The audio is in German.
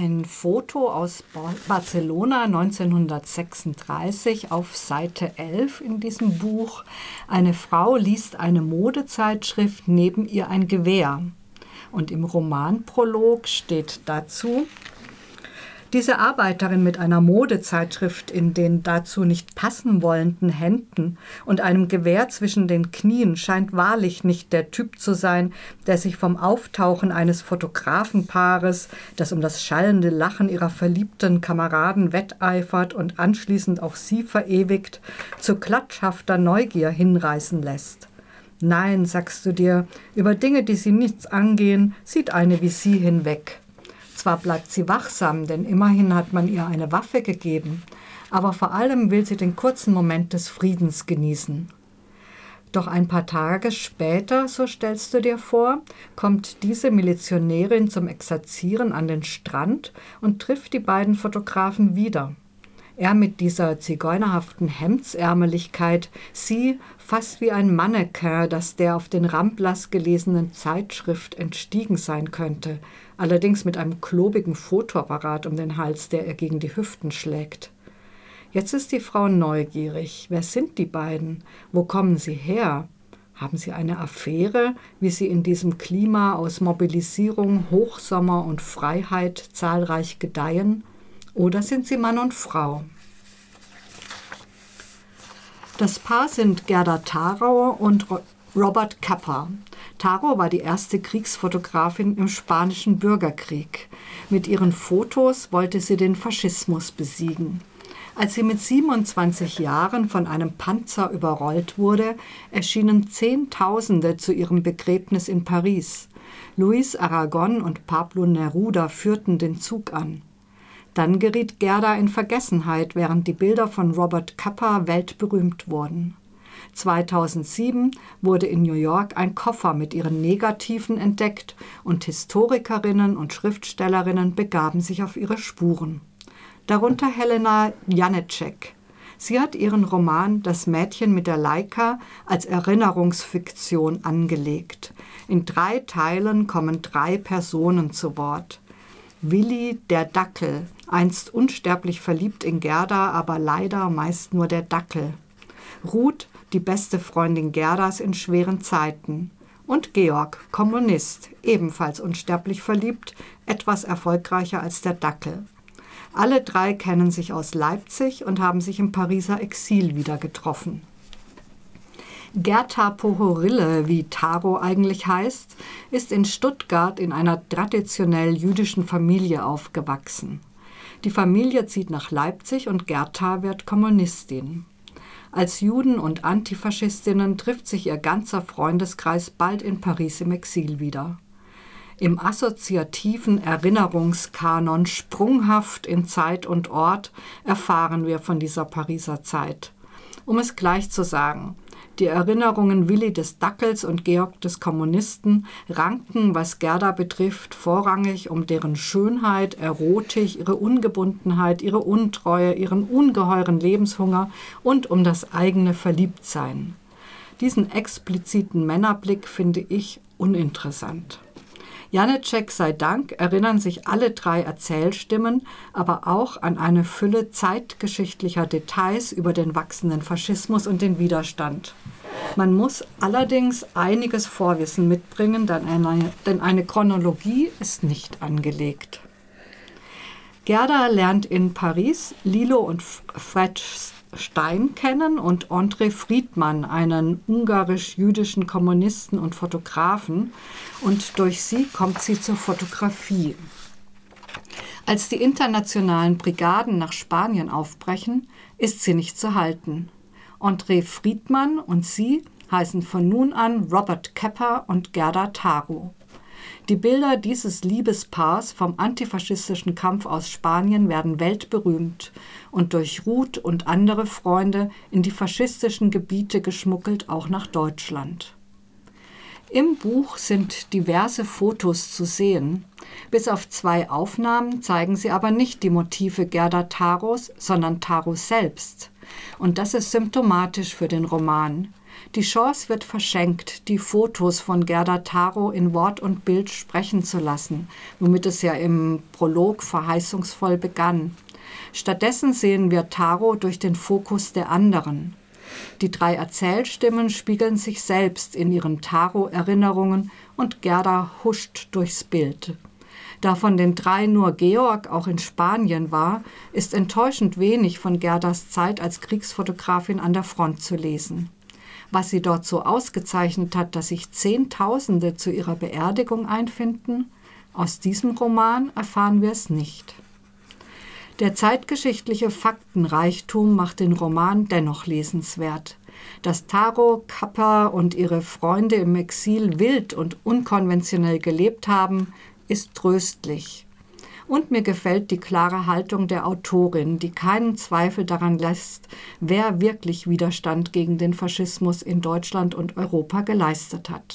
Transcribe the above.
ein Foto aus Barcelona 1936 auf Seite 11 in diesem Buch. Eine Frau liest eine Modezeitschrift, neben ihr ein Gewehr. Und im Romanprolog steht dazu: Diese Arbeiterin mit einer Modezeitschrift in den dazu nicht passen wollenden Händen und einem Gewehr zwischen den Knien scheint wahrlich nicht der Typ zu sein, der sich vom Auftauchen eines Fotografenpaares, das um das schallende Lachen ihrer verliebten Kameraden wetteifert und anschließend auch sie verewigt, zu klatschhafter Neugier hinreißen lässt. Nein, sagst du dir, über Dinge, die sie nichts angehen, sieht eine wie sie hinweg. Zwar bleibt sie wachsam, denn immerhin hat man ihr eine Waffe gegeben, aber vor allem will sie den kurzen Moment des Friedens genießen. Doch ein paar Tage später, so stellst du dir vor, kommt diese Milizionärin zum Exerzieren an den Strand und trifft die beiden Fotografen wieder. Er mit dieser zigeunerhaften Hemdsärmeligkeit, sie fast wie ein Mannequin, das der auf den Ramblas gelesenen Zeitschrift entstiegen sein könnte, allerdings mit einem klobigen Fotoapparat um den Hals, der ihr gegen die Hüften schlägt. Jetzt ist die Frau neugierig. Wer sind die beiden? Wo kommen sie her? Haben sie eine Affäre, wie sie in diesem Klima aus Mobilisierung, Hochsommer und Freiheit zahlreich gedeihen? Oder sind sie Mann und Frau? Das Paar sind Gerda Taro und Robert Capa. Taro war die erste Kriegsfotografin im Spanischen Bürgerkrieg. Mit ihren Fotos wollte sie den Faschismus besiegen. Als sie mit 27 Jahren von einem Panzer überrollt wurde, erschienen Zehntausende zu ihrem Begräbnis in Paris. Luis Aragon und Pablo Neruda führten den Zug an. Dann geriet Gerda in Vergessenheit, während die Bilder von Robert Capa weltberühmt wurden. 2007 wurde in New York ein Koffer mit ihren Negativen entdeckt und Historikerinnen und Schriftstellerinnen begaben sich auf ihre Spuren. Darunter Helena Janěček. Sie hat ihren Roman »Das Mädchen mit der Leica« als Erinnerungsfiktion angelegt. In 3 Teilen kommen 3 Personen zu Wort. Willi, der Dackel, einst unsterblich verliebt in Gerda, aber leider meist nur der Dackel. Ruth, die beste Freundin Gerdas in schweren Zeiten. Und Georg, Kommunist, ebenfalls unsterblich verliebt, etwas erfolgreicher als der Dackel. Alle 3 kennen sich aus Leipzig und haben sich im Pariser Exil wieder getroffen. Gerta Pohorille, wie Taro eigentlich heißt, ist in Stuttgart in einer traditionell jüdischen Familie aufgewachsen. Die Familie zieht nach Leipzig und Gerta wird Kommunistin. Als Juden und Antifaschistinnen trifft sich ihr ganzer Freundeskreis bald in Paris im Exil wieder. Im assoziativen Erinnerungskanon sprunghaft in Zeit und Ort erfahren wir von dieser Pariser Zeit. Um es gleich zu sagen: Die Erinnerungen Willi des Dackels und Georg des Kommunisten ranken, was Gerda betrifft, vorrangig um deren Schönheit, Erotik, ihre Ungebundenheit, ihre Untreue, ihren ungeheuren Lebenshunger und um das eigene Verliebtsein. Diesen expliziten Männerblick finde ich uninteressant. Janěček sei Dank erinnern sich alle 3 Erzählstimmen aber auch an eine Fülle zeitgeschichtlicher Details über den wachsenden Faschismus und den Widerstand. Man muss allerdings einiges Vorwissen mitbringen, denn eine Chronologie ist nicht angelegt. Gerda lernt in Paris Lilo und Fred Stein kennen und André Friedmann, einen ungarisch-jüdischen Kommunisten und Fotografen, und durch sie kommt sie zur Fotografie. Als die internationalen Brigaden nach Spanien aufbrechen, ist sie nicht zu halten. André Friedmann und sie heißen von nun an Robert Capa und Gerda Taro. Die Bilder dieses Liebespaars vom antifaschistischen Kampf aus Spanien werden weltberühmt und durch Ruth und andere Freunde in die faschistischen Gebiete geschmuggelt, auch nach Deutschland. Im Buch sind diverse Fotos zu sehen. Bis auf 2 Aufnahmen zeigen sie aber nicht die Motive Gerda Taros, sondern Taro selbst. Und das ist symptomatisch für den Roman. Die Chance wird verschenkt, die Fotos von Gerda Taro in Wort und Bild sprechen zu lassen, womit es ja im Prolog verheißungsvoll begann. Stattdessen sehen wir Taro durch den Fokus der anderen. Die 3 Erzählstimmen spiegeln sich selbst in ihren Taro-Erinnerungen und Gerda huscht durchs Bild. Da von den 3 nur Georg auch in Spanien war, ist enttäuschend wenig von Gerdas Zeit als Kriegsfotografin an der Front zu lesen. Was sie dort so ausgezeichnet hat, dass sich Zehntausende zu ihrer Beerdigung einfinden, aus diesem Roman erfahren wir es nicht. Der zeitgeschichtliche Faktenreichtum macht den Roman dennoch lesenswert. Dass Taro, Kappa und ihre Freunde im Exil wild und unkonventionell gelebt haben, ist tröstlich. Und mir gefällt die klare Haltung der Autorin, die keinen Zweifel daran lässt, wer wirklich Widerstand gegen den Faschismus in Deutschland und Europa geleistet hat.